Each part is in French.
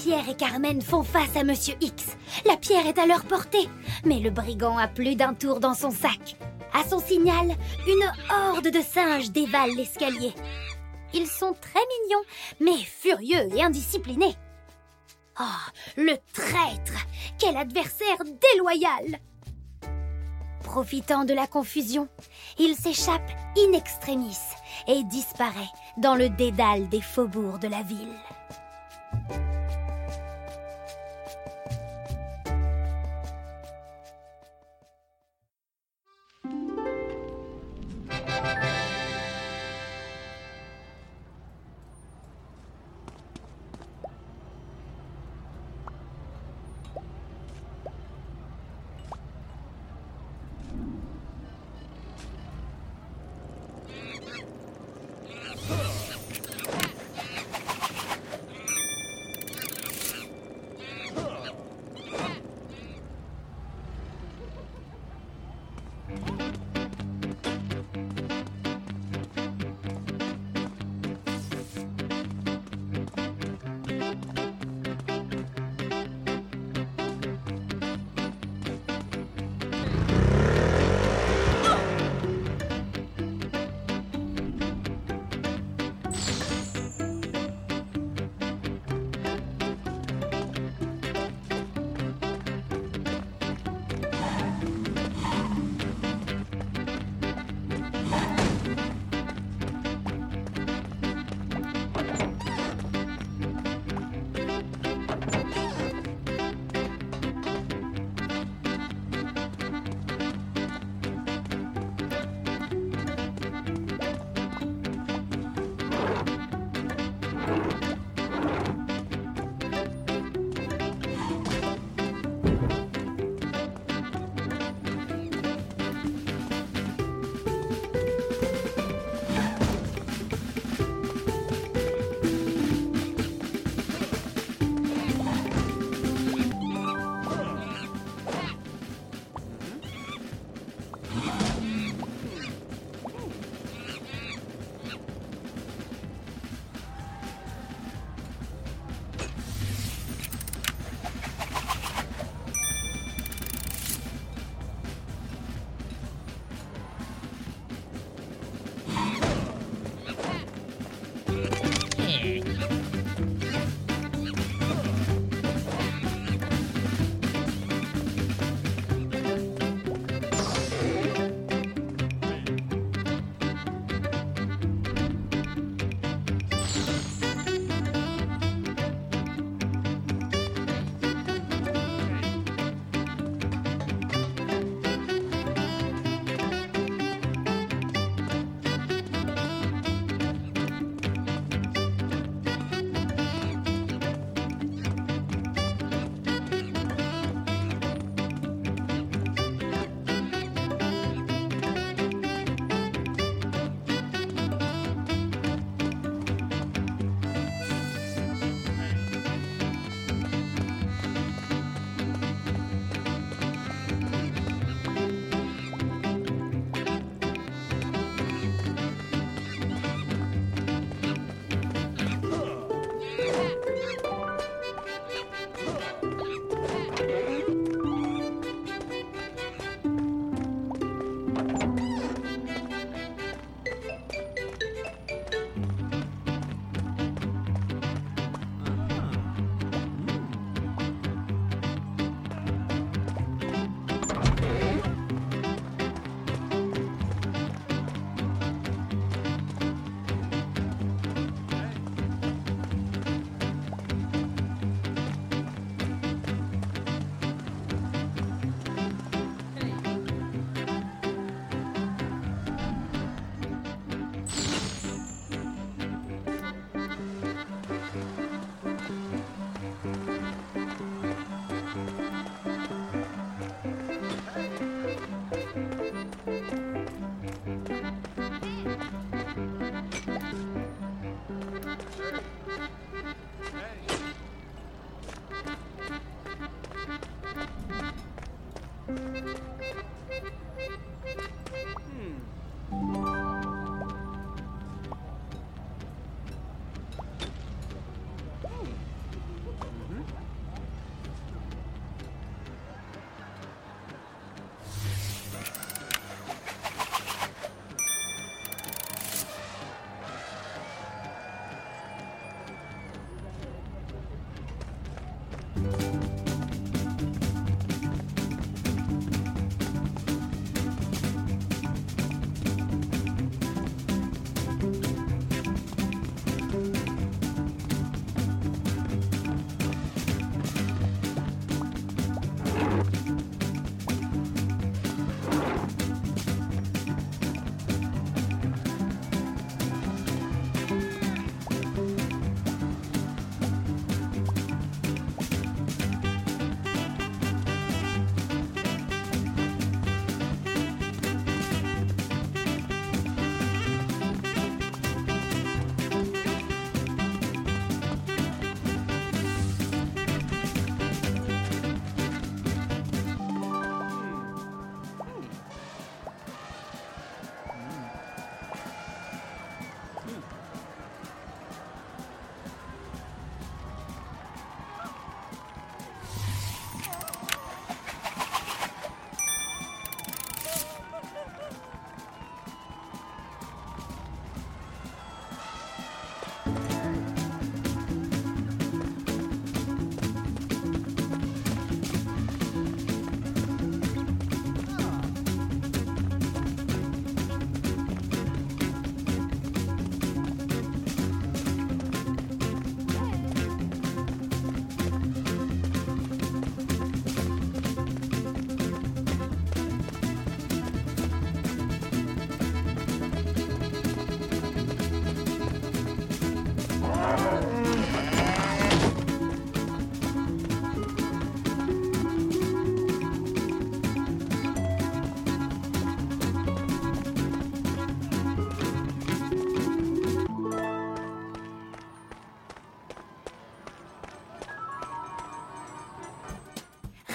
Pierre et Carmen font face à Monsieur X. La pierre est à leur portée, mais le brigand a plus d'un tour dans son sac. À son signal, une horde de singes dévale l'escalier. Ils sont très mignons, mais furieux et indisciplinés. Oh, le traître! Quel adversaire déloyal! Profitant de la confusion, il s'échappe in extremis et disparaît dans le dédale des faubourgs de la ville.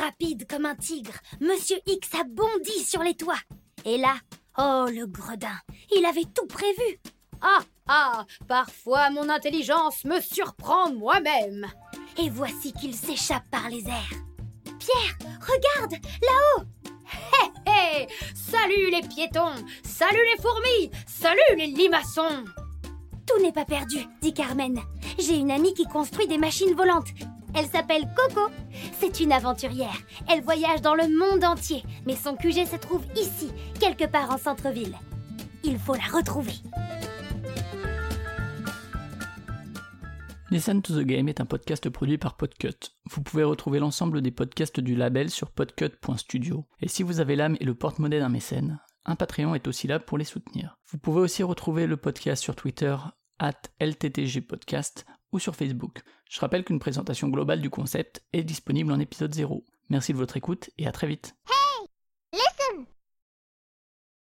Rapide comme un tigre, Monsieur X a bondi sur les toits. Et là, oh le gredin, il avait tout prévu. Parfois mon intelligence me surprend moi-même. Et voici qu'il s'échappe par les airs. Pierre, regarde, là-haut. Hé, salut les piétons, salut les fourmis, salut les limaçons. Tout n'est pas perdu, dit Carmen. J'ai une amie qui construit des machines volantes. Elle s'appelle Coco. C'est une aventurière. Elle voyage dans le monde entier, mais son QG se trouve ici, quelque part en centre-ville. Il faut la retrouver. Listen to the Game est un podcast produit par Podcut. Vous pouvez retrouver l'ensemble des podcasts du label sur podcut.studio. Et si vous avez l'âme et le porte-monnaie d'un mécène, un Patreon est aussi là pour les soutenir. Vous pouvez aussi retrouver le podcast sur Twitter @LTTGpodcast ou sur Facebook. Je rappelle qu'une présentation globale du concept est disponible en épisode 0. Merci de votre écoute et à très vite. Hey! Listen!